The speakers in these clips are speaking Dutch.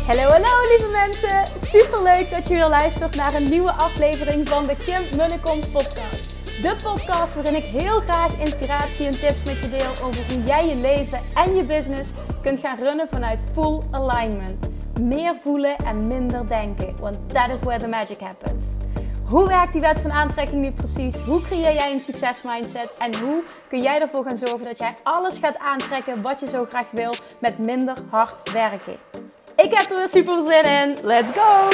Hallo lieve mensen, superleuk dat je weer luistert naar een nieuwe aflevering van de Kim Munnekom podcast. De podcast waarin ik heel graag inspiratie en tips met je deel over hoe jij je leven en je business kunt gaan runnen vanuit full alignment. Meer voelen en minder denken, want that is where the magic happens. Hoe werkt die wet van aantrekking nu precies? Hoe creëer jij een succesmindset? En hoe kun jij ervoor gaan zorgen dat jij alles gaat aantrekken wat je zo graag wil met minder hard werken? Ik heb er weer super zin in. Let's go!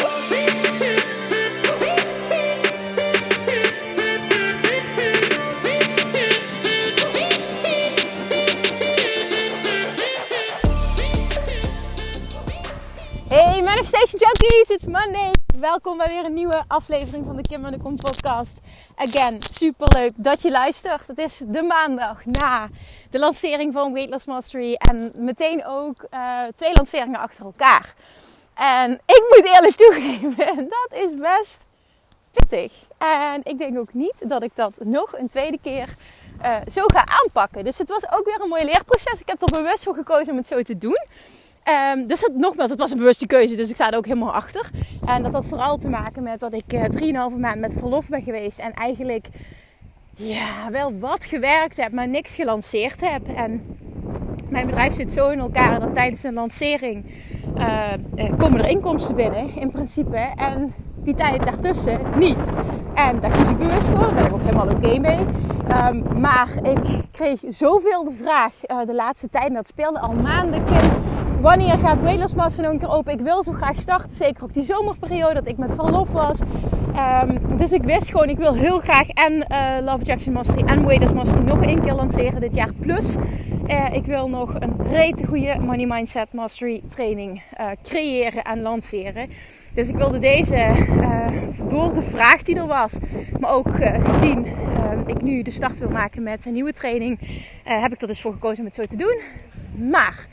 Hey Manifestation Junkies, it's Monday. Welkom bij weer een nieuwe aflevering van de Kim Munnekom podcast. Again, superleuk dat je luistert. Het is de maandag na de lancering van Weight Loss Mastery. En meteen ook 2 lanceringen achter elkaar. En ik moet eerlijk toegeven, dat is best pittig. En ik denk ook niet dat ik dat nog een tweede keer zo ga aanpakken. Dus het was ook weer een mooi leerproces. Ik heb er bewust voor gekozen om het zo te doen. Dus het was een bewuste keuze, dus ik sta er ook helemaal achter. En dat had vooral te maken met dat ik 3,5 maand met verlof ben geweest. En eigenlijk wel wat gewerkt heb, maar niks gelanceerd heb. En mijn bedrijf zit zo in elkaar dat tijdens een lancering komen er inkomsten binnen, in principe. En die tijd daartussen niet. En daar kies ik bewust voor, daar ben ik ook helemaal oké mee. Maar ik kreeg zoveel de vraag de laatste tijd, en dat speelde al maanden, Kim. Wanneer gaat Weight Loss Mastery nog een keer open? Ik wil zo graag starten. Zeker op die zomerperiode dat ik met verlof was. Dus ik wist gewoon, ik wil heel graag en Love Attraction Mastery en Weight Loss Mastery nog 1 keer lanceren dit jaar. Plus, ik wil nog een rete goede Money Mindset Mastery training creëren en lanceren. Dus ik wilde deze, door de vraag die er was, maar ook gezien ik nu de start wil maken met een nieuwe training, heb ik er dus voor gekozen om het zo te doen. Maar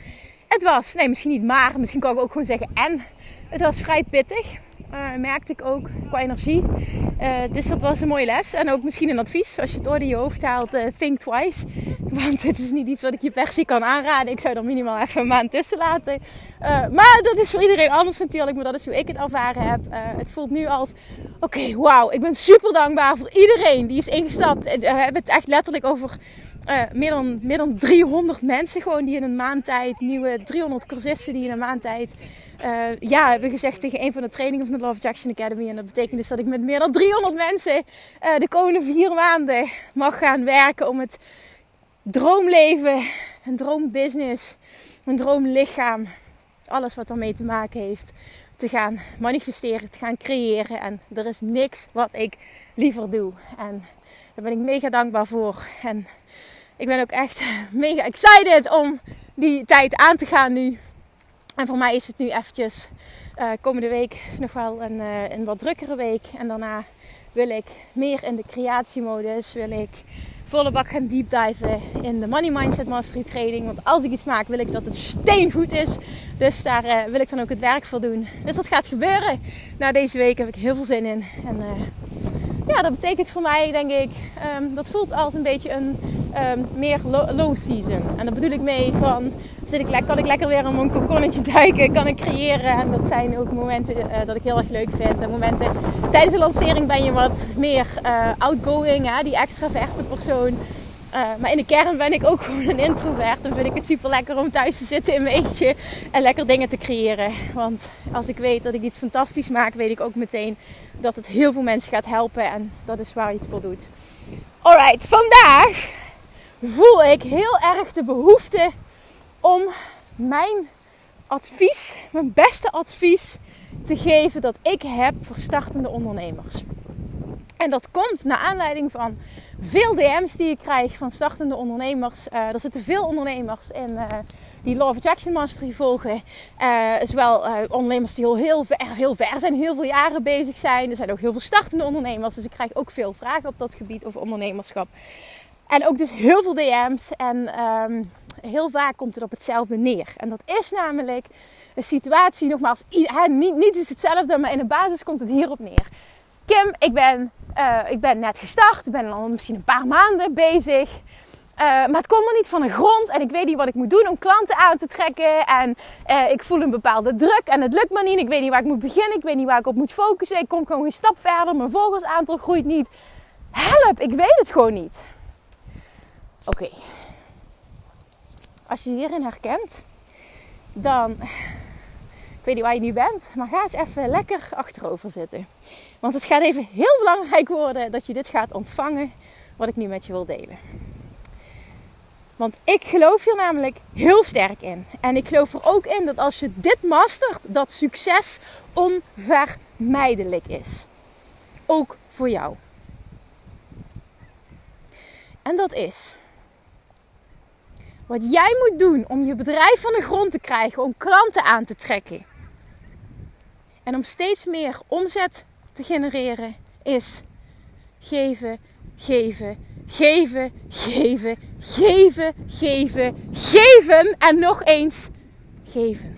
misschien kan ik ook gewoon zeggen het was vrij pittig. Merkte ik ook qua energie. Dus dat was een mooie les. En ook misschien een advies. Als je het ooit in je hoofd haalt, think twice. Want het is niet iets wat ik je per se kan aanraden. Ik zou er minimaal even een maand tussen laten. Maar dat is voor iedereen anders natuurlijk. Maar dat is hoe ik het ervaren heb. Het voelt nu als, oké, wauw. Ik ben super dankbaar voor iedereen die is ingestapt. We hebben het echt letterlijk over meer dan 300 mensen gewoon die in een maand tijd, nieuwe 300 cursisten die in een maand tijd hebben gezegd tegen een van de trainingen van de Love Attraction Academy. En dat betekent dus dat ik met meer dan 300 mensen de komende 4 maanden mag gaan werken om het droomleven, een droombusiness, een droomlichaam, alles wat daarmee te maken heeft, te gaan manifesteren, te gaan creëren. En er is niks wat ik liever doe. En daar ben ik mega dankbaar voor. En ik ben ook echt mega excited om die tijd aan te gaan nu. En voor mij is het nu eventjes, komende week is nog wel een wat drukkere week. En daarna wil ik meer in de creatiemodus, wil ik volle bak gaan deepdiven in de Money Mindset Mastery training. Want als ik iets maak, wil ik dat het steengoed is. Dus daar wil ik dan ook het werk voor doen. Dus dat gaat gebeuren. Na deze week heb ik heel veel zin in. En dat betekent voor mij, denk ik, dat voelt als een beetje een meer low season. En daar bedoel ik mee van, kan ik lekker weer in mijn kokonnetje duiken, kan ik creëren. En dat zijn ook momenten dat ik heel erg leuk vind. En momenten tijdens de lancering ben je wat meer outgoing, die extraverte persoon. Maar in de kern ben ik ook gewoon een introvert. En vind ik het super lekker om thuis te zitten in mijn eentje en lekker dingen te creëren. Want als ik weet dat ik iets fantastisch maak, weet ik ook meteen dat het heel veel mensen gaat helpen. En dat is waar je het voor doet. Alright, vandaag voel ik heel erg de behoefte om mijn beste advies te geven dat ik heb voor startende ondernemers. En dat komt naar aanleiding van veel DM's die ik krijg van startende ondernemers. Er zitten veel ondernemers in die Law of Attraction Mastery volgen. Zowel ondernemers die heel ver zijn, heel veel jaren bezig zijn. Er zijn ook heel veel startende ondernemers. Dus ik krijg ook veel vragen op dat gebied over ondernemerschap. En ook dus heel veel DM's. En heel vaak komt het op hetzelfde neer. En dat is namelijk een situatie, nogmaals, niet is hetzelfde, maar in de basis komt het hierop neer. Kim, ik ben net gestart. Ik ben al misschien een paar maanden bezig. Maar het komt er niet van de grond. En ik weet niet wat ik moet doen om klanten aan te trekken. En ik voel een bepaalde druk. En het lukt me niet. Ik weet niet waar ik moet beginnen. Ik weet niet waar ik op moet focussen. Ik kom gewoon geen stap verder. Mijn volgersaantal groeit niet. Help, ik weet het gewoon niet. Oké. Als je hierin herkent, dan... Ik weet niet waar je nu bent, maar ga eens even lekker achterover zitten. Want het gaat even heel belangrijk worden dat je dit gaat ontvangen wat ik nu met je wil delen. Want ik geloof hier namelijk heel sterk in. En ik geloof er ook in dat als je dit mastert, dat succes onvermijdelijk is. Ook voor jou. En dat is... Wat jij moet doen om je bedrijf van de grond te krijgen, om klanten aan te trekken. En om steeds meer omzet te genereren, is geven, geven, geven, geven, geven, geven, geven en nog eens geven.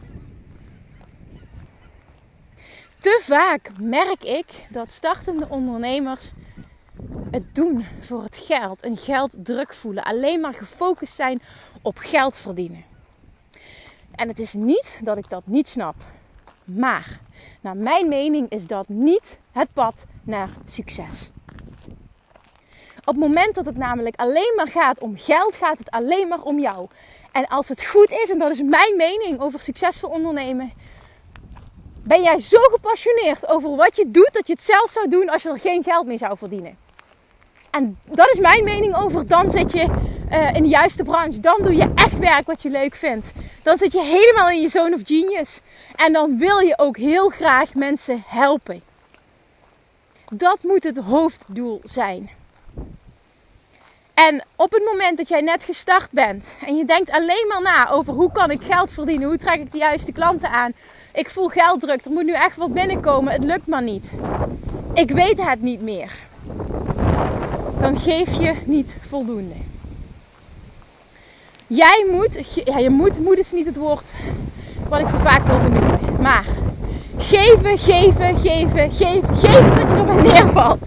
Te vaak merk ik dat startende ondernemers het doen voor het geld, een gelddruk voelen, alleen maar gefocust zijn op geld verdienen. En het is niet dat ik dat niet snap, maar naar mijn mening is dat niet het pad naar succes. Op het moment dat het namelijk alleen maar gaat om geld, gaat het alleen maar om jou. En als het goed is, en dat is mijn mening over succesvol ondernemen, ben jij zo gepassioneerd over wat je doet, dat je het zelf zou doen als je er geen geld mee zou verdienen. En dat is mijn mening over. Dan zit je in de juiste branche. Dan doe je echt werk wat je leuk vindt. Dan zit je helemaal in je zone of genius. En dan wil je ook heel graag mensen helpen. Dat moet het hoofddoel zijn. En op het moment dat jij net gestart bent. En je denkt alleen maar na over hoe kan ik geld verdienen. Hoe trek ik de juiste klanten aan. Ik voel gelddruk. Er moet nu echt wat binnenkomen. Het lukt maar niet. Ik weet het niet meer. Dan geef je niet voldoende. Jij moet is niet het woord wat ik te vaak wil benoemen. Maar geven, geven, geven, geven, geven tot je er maar neervalt.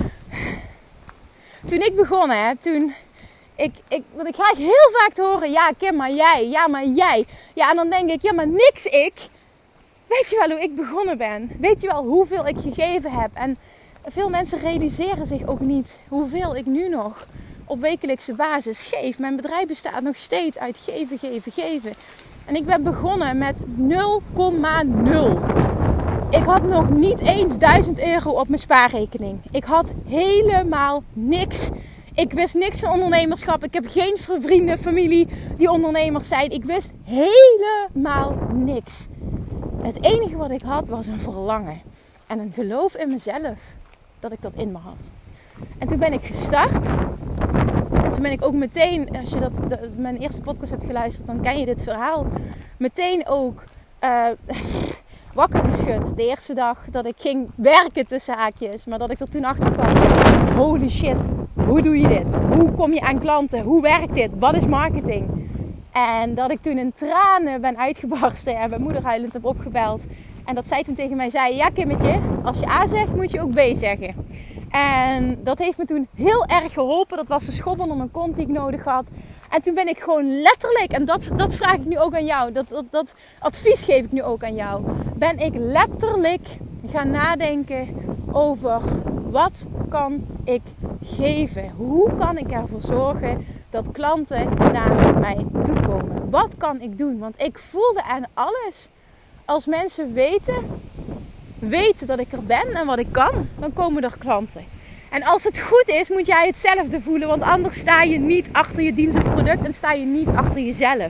Toen ik begon, want ik krijg heel vaak te horen, ja Kim, maar jij, ja maar jij. Ja, en dan denk ik, ja maar niks ik. Weet je wel hoe ik begonnen ben? Weet je wel hoeveel ik gegeven heb? En veel mensen realiseren zich ook niet hoeveel ik nu nog op wekelijkse basis geef. Mijn bedrijf bestaat nog steeds uit geven, geven, geven. En ik ben begonnen met 0,0. Ik had nog niet eens 1000 euro op mijn spaarrekening. Ik had helemaal niks. Ik wist niks van ondernemerschap. Ik heb geen vrienden, familie die ondernemers zijn. Ik wist helemaal niks. Het enige wat ik had was een verlangen. En een geloof in mezelf. Dat ik dat in me had. En toen ben ik gestart. En toen ben ik ook meteen, als je mijn eerste podcast hebt geluisterd, dan ken je dit verhaal. Meteen ook wakker geschud. De eerste dag dat ik ging werken tussen haakjes. Maar dat ik er toen achter kwam. Holy shit, hoe doe je dit? Hoe kom je aan klanten? Hoe werkt dit? Wat is marketing? En dat ik toen in tranen ben uitgebarsten en mijn moeder huilend heb opgebeld. En dat zij toen tegen mij zei, ja Kimmetje, als je A zegt moet je ook B zeggen. En dat heeft me toen heel erg geholpen. Dat was de schop onder mijn kont die ik nodig had. En toen ben ik gewoon letterlijk, en dat vraag ik nu ook aan jou. Dat advies geef ik nu ook aan jou. Ben ik letterlijk gaan nadenken over wat kan ik geven? Hoe kan ik ervoor zorgen dat klanten naar mij toe komen? Wat kan ik doen? Want ik voelde aan alles. Als mensen weten dat ik er ben en wat ik kan, dan komen er klanten. En als het goed is, moet jij hetzelfde voelen. Want anders sta je niet achter je dienst of product en sta je niet achter jezelf.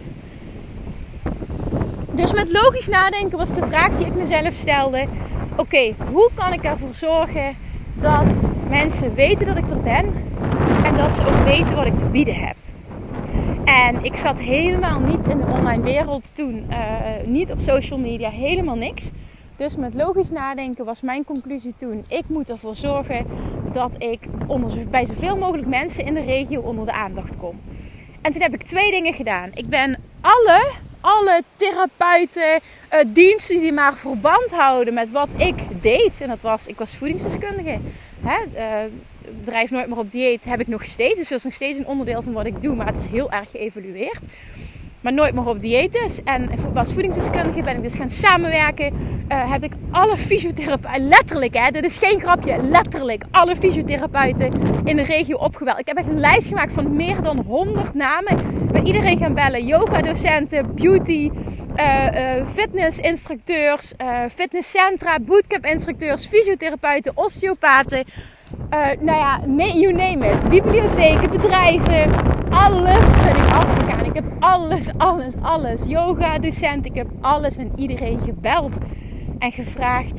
Dus met logisch nadenken was de vraag die ik mezelf stelde. Oké, hoe kan ik ervoor zorgen dat mensen weten dat ik er ben en dat ze ook weten wat ik te bieden heb? En ik zat helemaal niet in de online wereld toen. Niet op social media, helemaal niks. Dus met logisch nadenken was mijn conclusie toen. Ik moet ervoor zorgen dat ik bij zoveel mogelijk mensen in de regio onder de aandacht kom. En toen heb ik 2 dingen gedaan. Ik ben alle therapeuten, diensten die maar verband houden met wat ik deed. En ik was voedingsdeskundige. Het bedrijf Nooit meer op dieet heb ik nog steeds. Dus dat is nog steeds een onderdeel van wat ik doe. Maar het is heel erg geëvolueerd. Maar Nooit meer op dieet dus. En als voedingsdeskundige ben ik dus gaan samenwerken. Heb ik alle fysiotherapeuten, letterlijk dit is geen grapje, letterlijk alle fysiotherapeuten in de regio opgebeld. Ik heb echt een lijst gemaakt van meer dan 100 namen. Ik ben iedereen gaan bellen. Yoga docenten, beauty, fitnessinstructeurs, fitnesscentra, bootcamp instructeurs, fysiotherapeuten, osteopaten. You name it. Bibliotheken, bedrijven, alles ben ik afgegaan. Ik heb alles. Yoga docent, ik heb alles en iedereen gebeld en gevraagd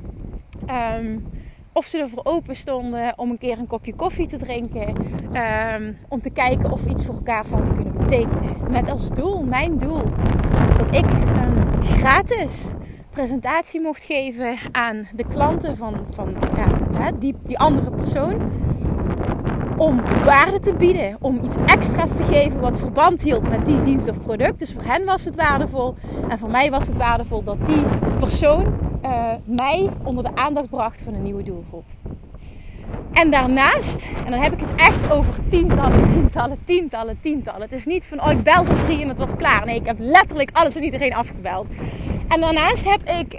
of ze ervoor open stonden om een keer een kopje koffie te drinken. Om te kijken of we iets voor elkaar zouden kunnen betekenen. Met als doel, mijn doel, dat ik een gratis presentatie mocht geven aan de klanten van die andere persoon. Om waarde te bieden, om iets extra's te geven wat verband hield met die dienst of product. Dus voor hen was het waardevol en voor mij was het waardevol dat die persoon mij onder de aandacht bracht van een nieuwe doelgroep. En daarnaast, en dan heb ik het echt over tientallen. Het is niet van, ik belde 3 en het was klaar. Nee, ik heb letterlijk alles en iedereen afgebeld. En daarnaast heb ik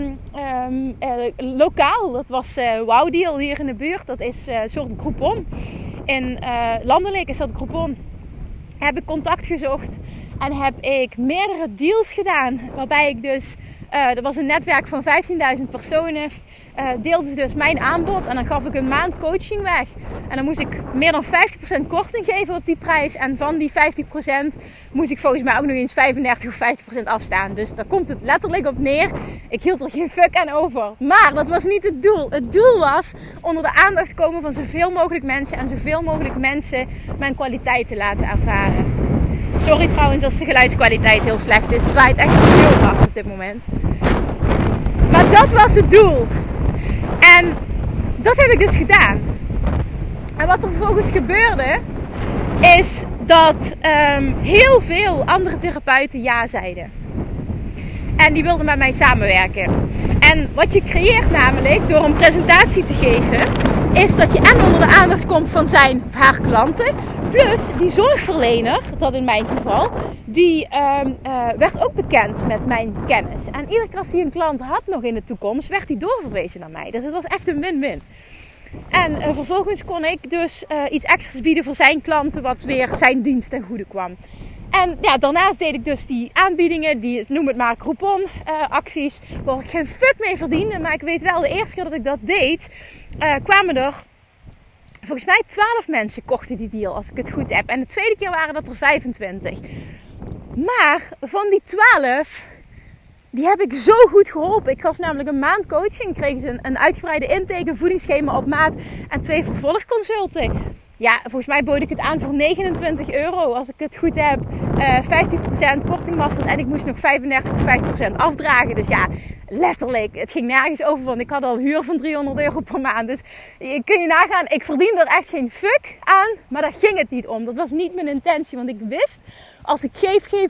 lokaal, dat was Wow Deal hier in de buurt. Dat is een soort Groupon. Landelijk is dat Groupon. Heb ik contact gezocht en heb ik meerdere deals gedaan. Waarbij ik dus, er was een netwerk van 15.000 personen. Deelde dus mijn aanbod en dan gaf ik een maand coaching weg. En dan moest ik meer dan 50% korting geven op die prijs. En van die 50% moest ik volgens mij ook nog eens 35 of 50% afstaan. Dus daar komt het letterlijk op neer. Ik hield er geen fuck aan over. Maar dat was niet het doel. Het doel was onder de aandacht komen van zoveel mogelijk mensen. En zoveel mogelijk mensen mijn kwaliteit te laten ervaren. Sorry trouwens als de geluidskwaliteit heel slecht is. Het waait echt heel hard op dit moment. Maar dat was het doel. En dat heb ik dus gedaan. En wat er vervolgens gebeurde, is dat heel veel andere therapeuten ja zeiden. En die wilden met mij samenwerken. En wat je creëert namelijk door een presentatie te geven, is dat je en onder de aandacht komt van zijn of haar klanten. Plus die zorgverlener, dat in mijn geval, die werd ook bekend met mijn kennis. En iedere keer als hij een klant had nog in de toekomst, werd hij doorverwezen naar mij. Dus het was echt een win-win. En vervolgens kon ik dus iets extra's bieden voor zijn klanten, wat weer zijn dienst ten goede kwam. En ja, daarnaast deed ik dus die aanbiedingen, die noem het maar Groupon acties, waar ik geen fuck mee verdiende. Maar ik weet wel, de eerste keer dat ik dat deed, kwamen er, volgens mij 12 mensen kochten die deal, als ik het goed heb. En de tweede keer waren dat er 25. Maar van die 12, die heb ik zo goed geholpen. Ik gaf namelijk een maand coaching, kregen ze een uitgebreide intake, een voedingsschema op maat en 2 vervolgconsulten. Ja, volgens mij bood ik het aan voor €29, als ik het goed heb. 50% korting was het en ik moest nog 35 of 50% afdragen. Dus ja, letterlijk, het ging nergens over, want ik had al huur van €300 per maand. Dus kun je nagaan, ik verdien er echt geen fuck aan, maar daar ging het niet om. Dat was niet mijn intentie, want ik wist, als ik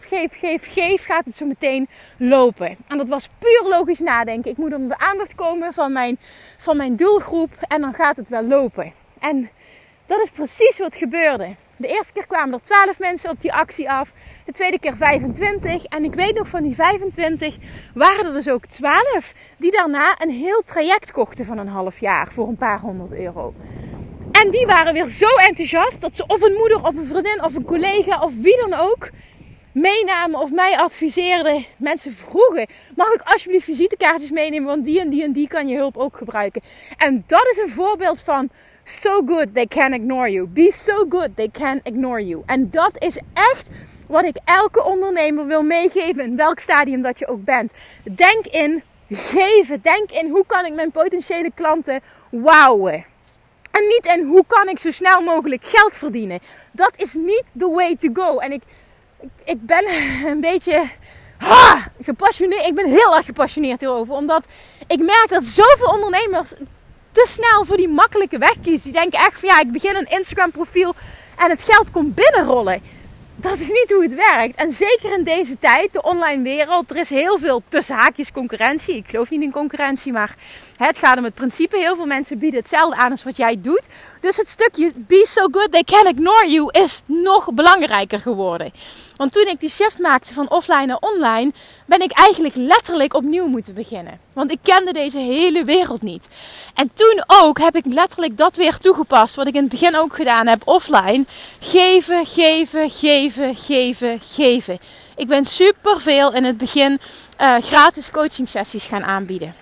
geef, gaat het zo meteen lopen. En dat was puur logisch nadenken. Ik moet onder de aandacht komen van mijn doelgroep en dan gaat het wel lopen. En dat is precies wat gebeurde. De eerste keer kwamen er 12 mensen op die actie af. De tweede keer 25. En ik weet nog, van die 25 waren er dus ook 12 die daarna een heel traject kochten van een half jaar voor een paar €100. En die waren weer zo enthousiast dat ze of een moeder of een vriendin of een collega of wie dan ook meenamen of mij adviseerden. Mensen vroegen, mag ik alsjeblieft visitekaartjes meenemen, want die en die en die kan je hulp ook gebruiken. En dat is een voorbeeld van so good they can ignore you. Be so good they can ignore you. En dat is echt wat ik elke ondernemer wil meegeven, in welk stadium dat je ook bent. Denk in geven. Denk in hoe kan ik mijn potentiële klanten wowen. En niet in hoe kan ik zo snel mogelijk geld verdienen. Dat is niet the way to go. En ik ben een beetje gepassioneerd. Ik ben heel erg gepassioneerd hierover. Omdat ik merk dat zoveel ondernemers te snel voor die makkelijke weg kiezen. Die denken echt van, ja, ik begin een Instagram profiel en het geld komt binnenrollen. dat is niet hoe het werkt. En zeker in deze tijd, de online wereld, er is heel veel tussen haakjes concurrentie. Ik geloof niet in concurrentie, maar het gaat om het principe. Heel veel mensen bieden hetzelfde aan als wat jij doet. Dus het stukje be so good they can ignore you is nog belangrijker geworden. Want toen ik die shift maakte van offline naar online, ben ik eigenlijk letterlijk opnieuw moeten beginnen. Want ik kende deze hele wereld niet. En toen ook heb ik letterlijk dat weer toegepast, wat ik in het begin ook gedaan heb offline. Geven, geven, geven, geven, geven. Ik ben superveel in het begin gratis coaching sessies gaan aanbieden.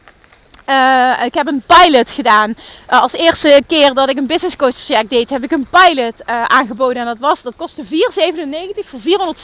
Ik heb een pilot gedaan. Als eerste keer dat ik een business coach traject deed, heb ik een pilot aangeboden. En dat kostte €497. Voor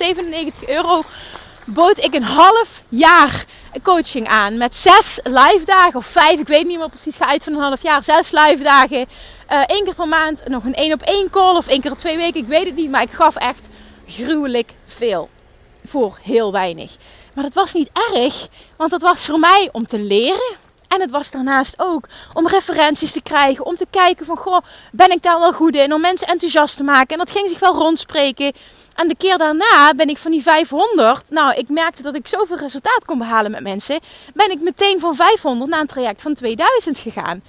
€497 bood ik een half jaar coaching aan. Met 6 live dagen of 5, ik weet niet meer precies. Ga uit van een half jaar. 6 live dagen. 1 keer per maand nog een 1-op-1 call. Of 1 keer in 2 weken. Ik weet het niet. Maar ik gaf echt gruwelijk veel. Voor heel weinig. Maar dat was niet erg. Want dat was voor mij om te leren. En het was daarnaast ook om referenties te krijgen. Om te kijken van, goh, ben ik daar wel goed in? Om mensen enthousiast te maken. En dat ging zich wel rondspreken. En de keer daarna ben ik van die 500... Nou, ik merkte dat ik zoveel resultaat kon behalen met mensen. Ben ik meteen van 500 naar een traject van 2000 gegaan.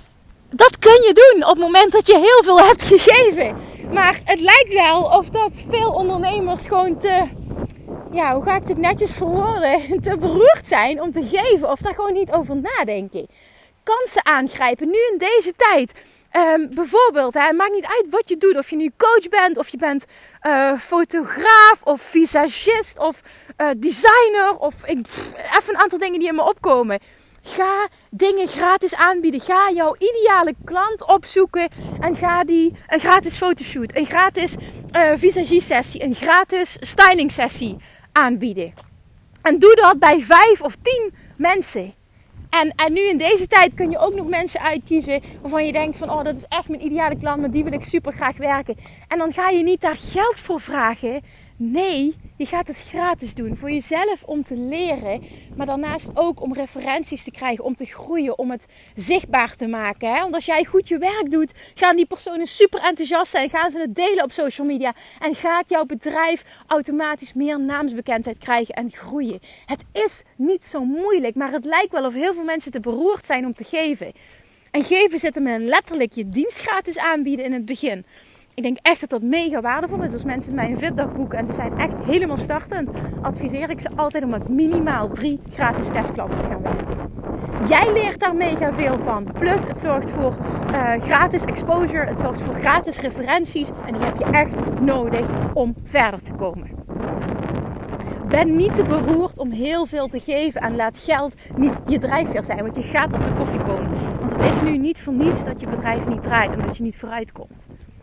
Dat kun je doen op het moment dat je heel veel hebt gegeven. Maar het lijkt wel of dat veel ondernemers gewoon te... Ja, hoe ga ik dit netjes verwoorden? Te beroerd zijn om te geven of daar gewoon niet over nadenken. Kansen aangrijpen, nu in deze tijd. Bijvoorbeeld, het maakt niet uit wat je doet. Of je nu coach bent, of je bent fotograaf, of visagist, of designer. Of even een aantal dingen die in me opkomen. Ga dingen gratis aanbieden. Ga jouw ideale klant opzoeken. En ga die een gratis fotoshoot, een gratis visagie-sessie, een gratis styling-sessie aanbieden. En doe dat bij 5 of 10 mensen. En nu in deze tijd kun je ook nog mensen uitkiezen waarvan je denkt van, oh, dat is echt mijn ideale klant, met die wil ik super graag werken. En dan ga je niet daar geld voor vragen. Nee, je gaat het gratis doen. Voor jezelf om te leren. Maar daarnaast ook om referenties te krijgen. Om te groeien. Om het zichtbaar te maken. Hè? Want als jij goed je werk doet. Gaan die personen super enthousiast zijn. Gaan ze het delen op social media. En gaat jouw bedrijf automatisch meer naamsbekendheid krijgen. En groeien. Het is niet zo moeilijk. Maar het lijkt wel of heel veel mensen te beroerd zijn om te geven. En geven zit hem in letterlijk je dienst gratis aanbieden in het begin. Ik denk echt dat dat mega waardevol is. Als mensen met mij een VIP-dag boeken en ze zijn echt helemaal startend, adviseer ik ze altijd om met minimaal 3 gratis testklanten te gaan werken. Jij leert daar mega veel van. Plus het zorgt voor gratis exposure. Het zorgt voor gratis referenties. En die heb je echt nodig om verder te komen. Ben niet te beroerd om heel veel te geven. En laat geld niet je drijfveer zijn. Want je gaat op de koffie komen. Want het is nu niet voor niets dat je bedrijf niet draait. En dat je niet vooruit komt.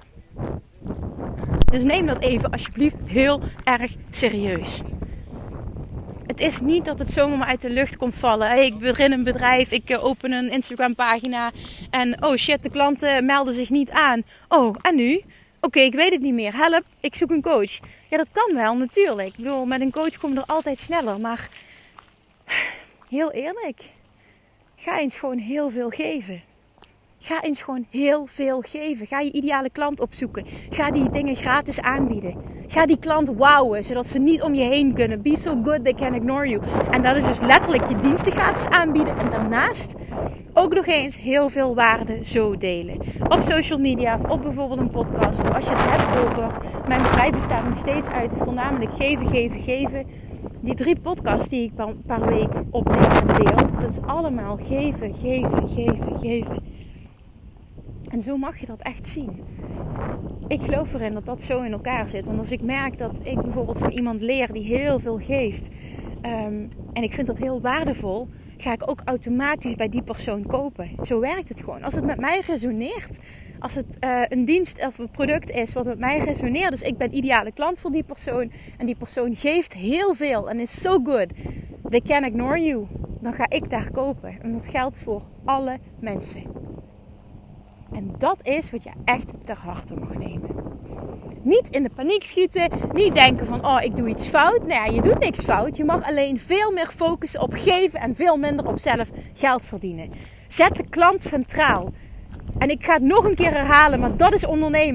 Dus neem dat even alsjeblieft heel erg serieus. Het is niet dat het zomaar maar uit de lucht komt vallen. Hey, ik begin een bedrijf, ik open een Instagram pagina. En oh shit, de klanten melden zich niet aan. Oh, en nu? Oké, ik weet het niet meer. Help, ik zoek een coach. Ja, dat kan wel, natuurlijk. Ik bedoel, met een coach kom je er altijd sneller. Maar heel eerlijk, ga eens gewoon heel veel geven. Ga eens gewoon heel veel geven. Ga je ideale klant opzoeken. Ga die dingen gratis aanbieden. Ga die klant wowen, zodat ze niet om je heen kunnen. Be so good they can ignore you. En dat is dus letterlijk je diensten gratis aanbieden. En daarnaast ook nog eens heel veel waarde zo delen. Op social media of op bijvoorbeeld een podcast. Of als je het hebt over... Mijn bedrijf bestaat nog steeds uit voornamelijk geven, geven, geven. Die 3 podcasts die ik per week opneem en deel. Dat is allemaal geven, geven, geven, geven. En zo mag je dat echt zien. Ik geloof erin dat dat zo in elkaar zit. Want als ik merk dat ik bijvoorbeeld van iemand leer die heel veel geeft. En ik vind dat heel waardevol. Ga ik ook automatisch bij die persoon kopen. Zo werkt het gewoon. Als het met mij resoneert. Als het een dienst of een product is wat met mij resoneert. Dus ik ben ideale klant voor die persoon. En die persoon geeft heel veel. En is so good. They can ignore you. Dan ga ik daar kopen. En dat geldt voor alle mensen. En dat is wat je echt ter harte mag nemen. Niet in de paniek schieten. Niet denken van, oh, ik doe iets fout. Nee, je doet niks fout. Je mag alleen veel meer focussen op geven en veel minder op zelf geld verdienen. Zet de klant centraal. En ik ga het nog een keer herhalen, maar dat is ondernemen.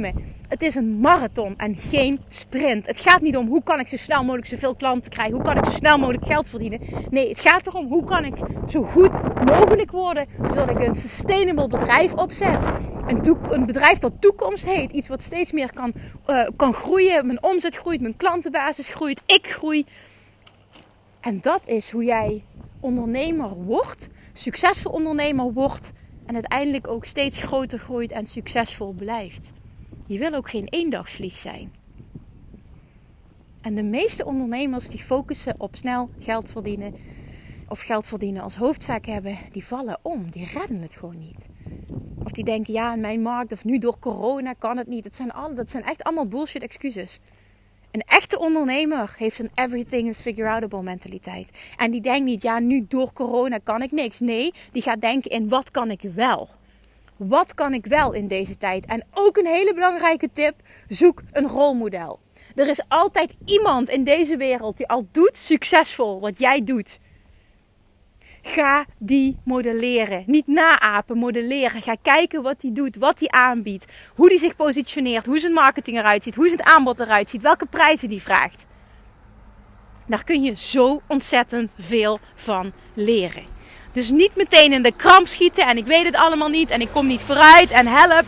het is een marathon en geen sprint. Het gaat niet om hoe kan ik zo snel mogelijk zoveel klanten krijgen. Hoe kan ik zo snel mogelijk geld verdienen. Nee, het gaat erom hoe kan ik zo goed mogelijk worden. Zodat ik een sustainable bedrijf opzet. Een bedrijf dat toekomst heet. Iets wat steeds meer kan groeien. Mijn omzet groeit, mijn klantenbasis groeit. Ik groei. En dat is hoe jij ondernemer wordt. Succesvol ondernemer wordt. En uiteindelijk ook steeds groter groeit en succesvol blijft. Je wil ook geen eendagsvlieg zijn. En de meeste ondernemers die focussen op snel geld verdienen. Of geld verdienen als hoofdzaak hebben. Die vallen om. Die redden het gewoon niet. Of die denken, ja, in mijn markt of nu door corona kan het niet. Dat zijn echt allemaal bullshit excuses. Een echte ondernemer heeft een everything is figure-outable mentaliteit. En die denkt niet, ja, nu door corona kan ik niks. Nee, die gaat denken in wat kan ik wel? Wat kan ik wel in deze tijd? En ook een hele belangrijke tip, zoek een rolmodel. Er is altijd iemand in deze wereld die al doet succesvol wat jij doet. Ga die modelleren. Niet naapen, modelleren. Ga kijken wat hij doet, wat hij aanbiedt. Hoe hij zich positioneert, hoe zijn marketing eruit ziet, hoe zijn aanbod eruit ziet, welke prijzen hij vraagt. Daar kun je zo ontzettend veel van leren. Dus niet meteen in de kramp schieten en ik weet het allemaal niet en ik kom niet vooruit en help.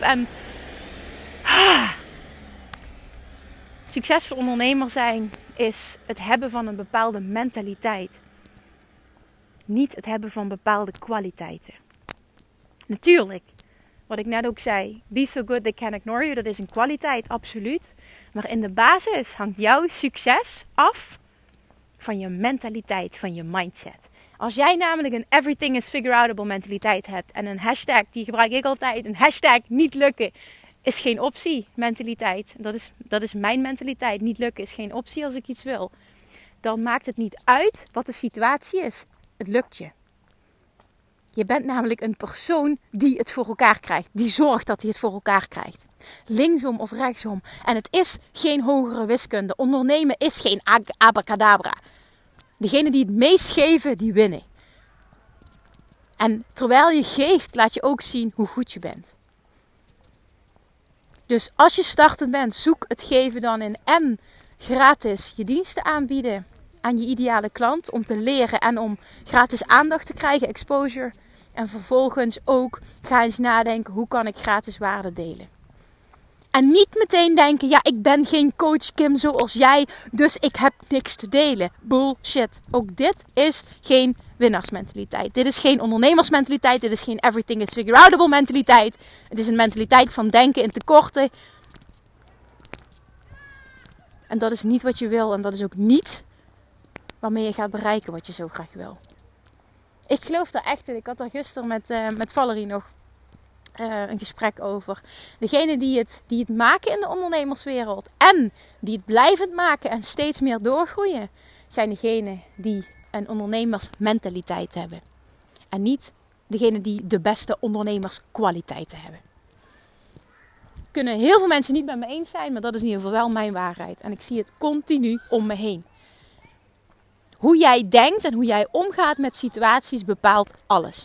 Succesvol ondernemer zijn is het hebben van een bepaalde mentaliteit. Niet het hebben van bepaalde kwaliteiten. Natuurlijk, wat ik net ook zei. Be so good they can ignore you. Dat is een kwaliteit, absoluut. Maar in de basis hangt jouw succes af van je mentaliteit, van je mindset. Als jij namelijk een everything is figure-outable mentaliteit hebt. En een hashtag, die gebruik ik altijd. Een hashtag niet lukken is geen optie mentaliteit. Dat is mijn mentaliteit. Niet lukken is geen optie als ik iets wil. Dan maakt het niet uit wat de situatie is. Het lukt je. Je bent namelijk een persoon die het voor elkaar krijgt. Die zorgt dat hij het voor elkaar krijgt. Linksom of rechtsom. En het is geen hogere wiskunde. Ondernemen is geen abracadabra. Degenen die het meest geven, die winnen. En terwijl je geeft, laat je ook zien hoe goed je bent. Dus als je startend bent, zoek het geven dan in en gratis je diensten aanbieden aan je ideale klant om te leren en om gratis aandacht te krijgen, exposure. En vervolgens ook ga eens nadenken, hoe kan ik gratis waarde delen? En niet meteen denken, ja, ik ben geen coach Kim zoals jij, dus ik heb niks te delen. Bullshit. Ook dit is geen winnaarsmentaliteit. Dit is geen ondernemersmentaliteit. Dit is geen everything is figure-outable mentaliteit. Het is een mentaliteit van denken in tekorten. En dat is niet wat je wil. En dat is ook niet waarmee je gaat bereiken wat je zo graag wil. Ik geloof daar echt in. Ik had daar gisteren met Valerie nog een gesprek over. Degenen die het maken in de ondernemerswereld en die het blijvend maken en steeds meer doorgroeien, zijn degenen die een ondernemersmentaliteit hebben. En niet degenen die de beste ondernemerskwaliteiten hebben. Kunnen heel veel mensen niet met me eens zijn, maar dat is in ieder geval wel mijn waarheid. En ik zie het continu om me heen. Hoe jij denkt en hoe jij omgaat met situaties bepaalt alles.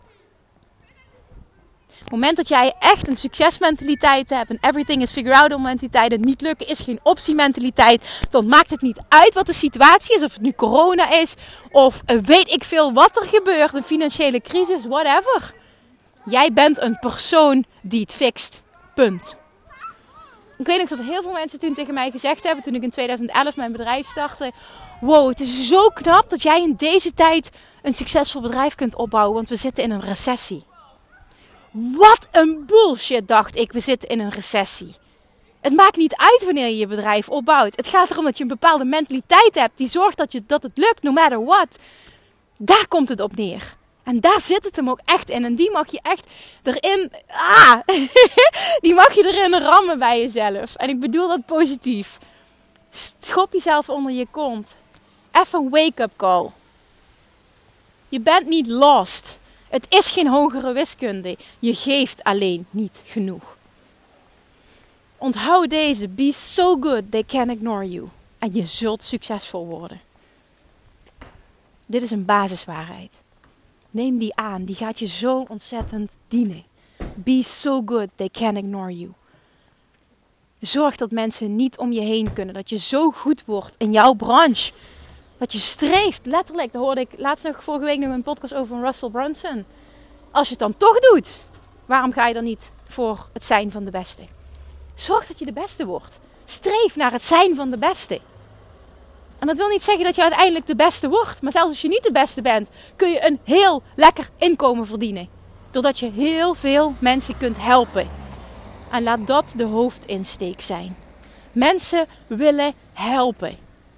Op het moment dat jij echt een succesmentaliteit hebt, een everything is figure-outable mentaliteit, en niet lukken is geen optie mentaliteit, dan maakt het niet uit wat de situatie is, of het nu corona is, of weet ik veel wat er gebeurt, een financiële crisis, whatever. Jij bent een persoon die het fixt. Punt. Ik weet nog dat heel veel mensen toen tegen mij gezegd hebben, toen ik in 2011 mijn bedrijf startte, wow, het is zo knap dat jij in deze tijd een succesvol bedrijf kunt opbouwen, want we zitten in een recessie. Wat een bullshit, dacht ik. We zitten in een recessie. Het maakt niet uit wanneer je je bedrijf opbouwt. Het gaat erom dat je een bepaalde mentaliteit hebt die zorgt dat het lukt, no matter what. Daar komt het op neer. En daar zit het hem ook echt in. En die mag je echt erin... die mag je erin rammen bij jezelf. En ik bedoel dat positief. Schop jezelf onder je kont. Even een wake-up call. Je bent niet lost. Het is geen hogere wiskunde. Je geeft alleen niet genoeg. Onthoud deze. Be so good they can ignore you. En je zult succesvol worden. Dit is een basiswaarheid. Neem die aan. Die gaat je zo ontzettend dienen. Be so good they can ignore you. Zorg dat mensen niet om je heen kunnen. Dat je zo goed wordt in jouw branche. Dat je streeft, letterlijk. Daar hoorde ik laatst nog vorige week nog een podcast over van Russell Brunson. Als je het dan toch doet, waarom ga je dan niet voor het zijn van de beste? Zorg dat je de beste wordt. Streef naar het zijn van de beste. En dat wil niet zeggen dat je uiteindelijk de beste wordt. Maar zelfs als je niet de beste bent, kun je een heel lekker inkomen verdienen. Doordat je heel veel mensen kunt helpen. En laat dat de hoofdinsteek zijn. Mensen willen helpen.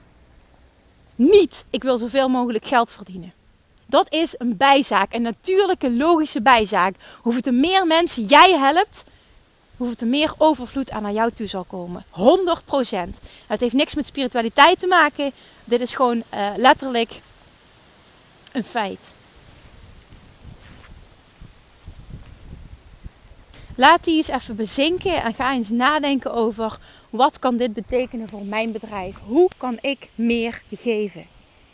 Niet, ik wil zoveel mogelijk geld verdienen. Dat is een bijzaak, een natuurlijke, logische bijzaak. Hoeveel meer mensen jij helpt, hoeveel meer overvloed aan naar jou toe zal komen. 100%. Het heeft niks met spiritualiteit te maken. Dit is gewoon letterlijk een feit. Laat die eens even bezinken en ga eens nadenken over wat kan dit betekenen voor mijn bedrijf? Hoe kan ik meer geven?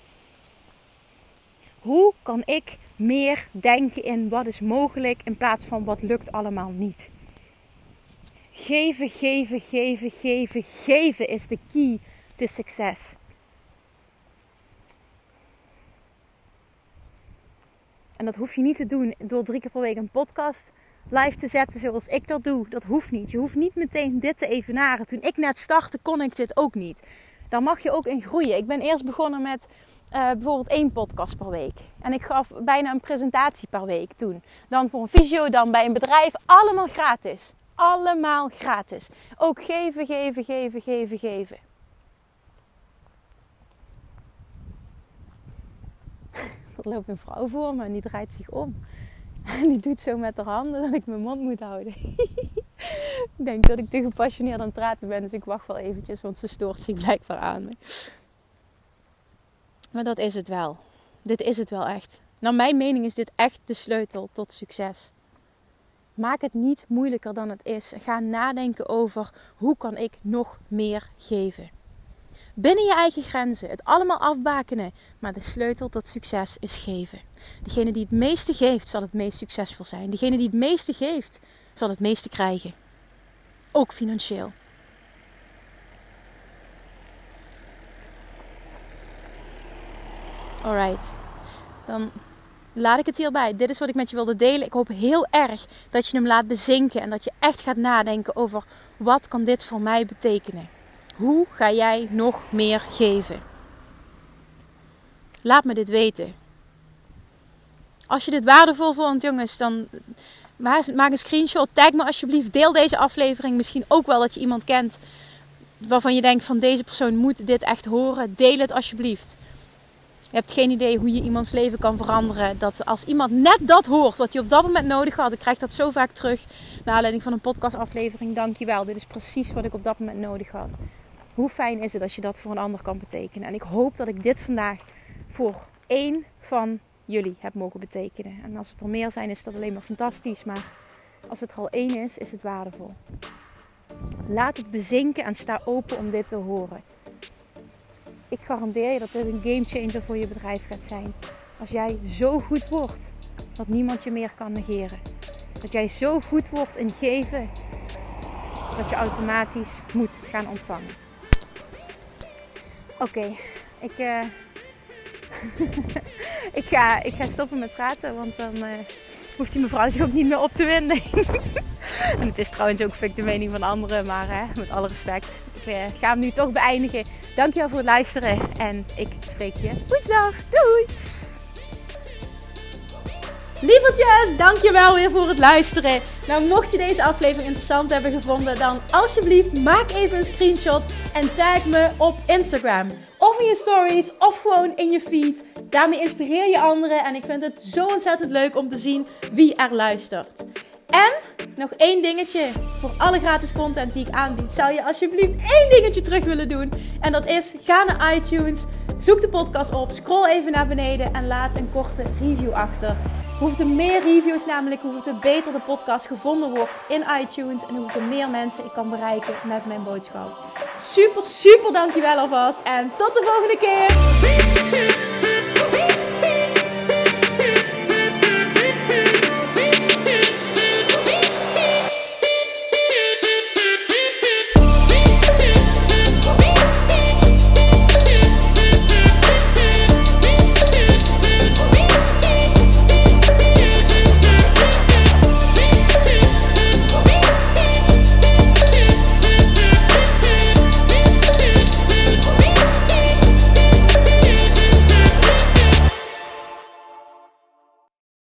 Hoe kan ik meer denken in wat is mogelijk in plaats van wat lukt allemaal niet? Geven, geven, geven, geven, geven is de key to succes. En dat hoef je niet te doen door 3 keer per week een podcast live te zetten zoals ik dat doe. Dat hoeft niet. Je hoeft niet meteen dit te evenaren. Toen ik net startte kon ik dit ook niet. Daar mag je ook in groeien. Ik ben eerst begonnen met bijvoorbeeld 1 podcast per week. En ik gaf bijna een presentatie per week toen. Dan voor een visio, dan bij een bedrijf. Allemaal gratis. Allemaal gratis. Ook geven, geven, geven, geven, geven. Er loopt een vrouw voor me en die draait zich om. En die doet zo met haar handen dat ik mijn mond moet houden. Ik denk dat ik te gepassioneerd aan het praten ben. Dus ik wacht wel eventjes, want ze stoort zich blijkbaar aan me. Maar dat is het wel. Dit is het wel echt. Naar mijn mening is dit echt de sleutel tot succes. Maak het niet moeilijker dan het is. Ga nadenken over hoe kan ik nog meer geven. Binnen je eigen grenzen. Het allemaal afbakenen. Maar de sleutel tot succes is geven. Degene die het meeste geeft zal het meest succesvol zijn. Degene die het meeste geeft zal het meeste krijgen. Ook financieel. Alright. Dan laat ik het hierbij. Dit is wat ik met je wilde delen. Ik hoop heel erg dat je hem laat bezinken. En dat je echt gaat nadenken over wat kan dit voor mij betekenen. Hoe ga jij nog meer geven? Laat me dit weten. Als je dit waardevol vond, jongens, dan maak een screenshot. Tag me alsjeblieft. Deel deze aflevering. Misschien ook wel dat je iemand kent waarvan je denkt van deze persoon moet dit echt horen. Deel het alsjeblieft. Je hebt geen idee hoe je iemands leven kan veranderen. Dat als iemand net dat hoort wat je op dat moment nodig had. Ik krijg dat zo vaak terug. Naar aanleiding van een podcastaflevering. Dankjewel. Dit is precies wat ik op dat moment nodig had. Hoe fijn is het als je dat voor een ander kan betekenen. En ik hoop dat ik dit vandaag voor 1 van jullie heb mogen betekenen. En als het er meer zijn is dat alleen maar fantastisch. Maar als het er al 1 is, is het waardevol. Laat het bezinken en sta open om dit te horen. Ik garandeer je dat dit een gamechanger voor je bedrijf gaat zijn. Als jij zo goed wordt dat niemand je meer kan negeren. Dat jij zo goed wordt in geven dat je automatisch moet gaan ontvangen. Oké, ik ga stoppen met praten, want dan hoeft die mevrouw zich ook niet meer op te winden. En het is trouwens ook fuck de mening van anderen, maar met alle respect. Ik ga hem nu toch beëindigen. Dankjewel voor het luisteren en ik spreek je woensdag. Doei! Lievertjes, dankjewel weer voor het luisteren. Nou, mocht je deze aflevering interessant hebben gevonden, dan alsjeblieft maak even een screenshot en tag me op Instagram. Of in je stories, of gewoon in je feed. Daarmee inspireer je anderen en ik vind het zo ontzettend leuk om te zien wie er luistert. En nog 1 dingetje voor alle gratis content die ik aanbied. Zou je alsjeblieft 1 dingetje terug willen doen? En dat is, ga naar iTunes, zoek de podcast op, scroll even naar beneden en laat een korte review achter. Hoeveel meer reviews namelijk, hoeveel beter de podcast gevonden wordt in iTunes. En hoeveel meer mensen ik kan bereiken met mijn boodschap. Super, super dankjewel alvast. En tot de volgende keer.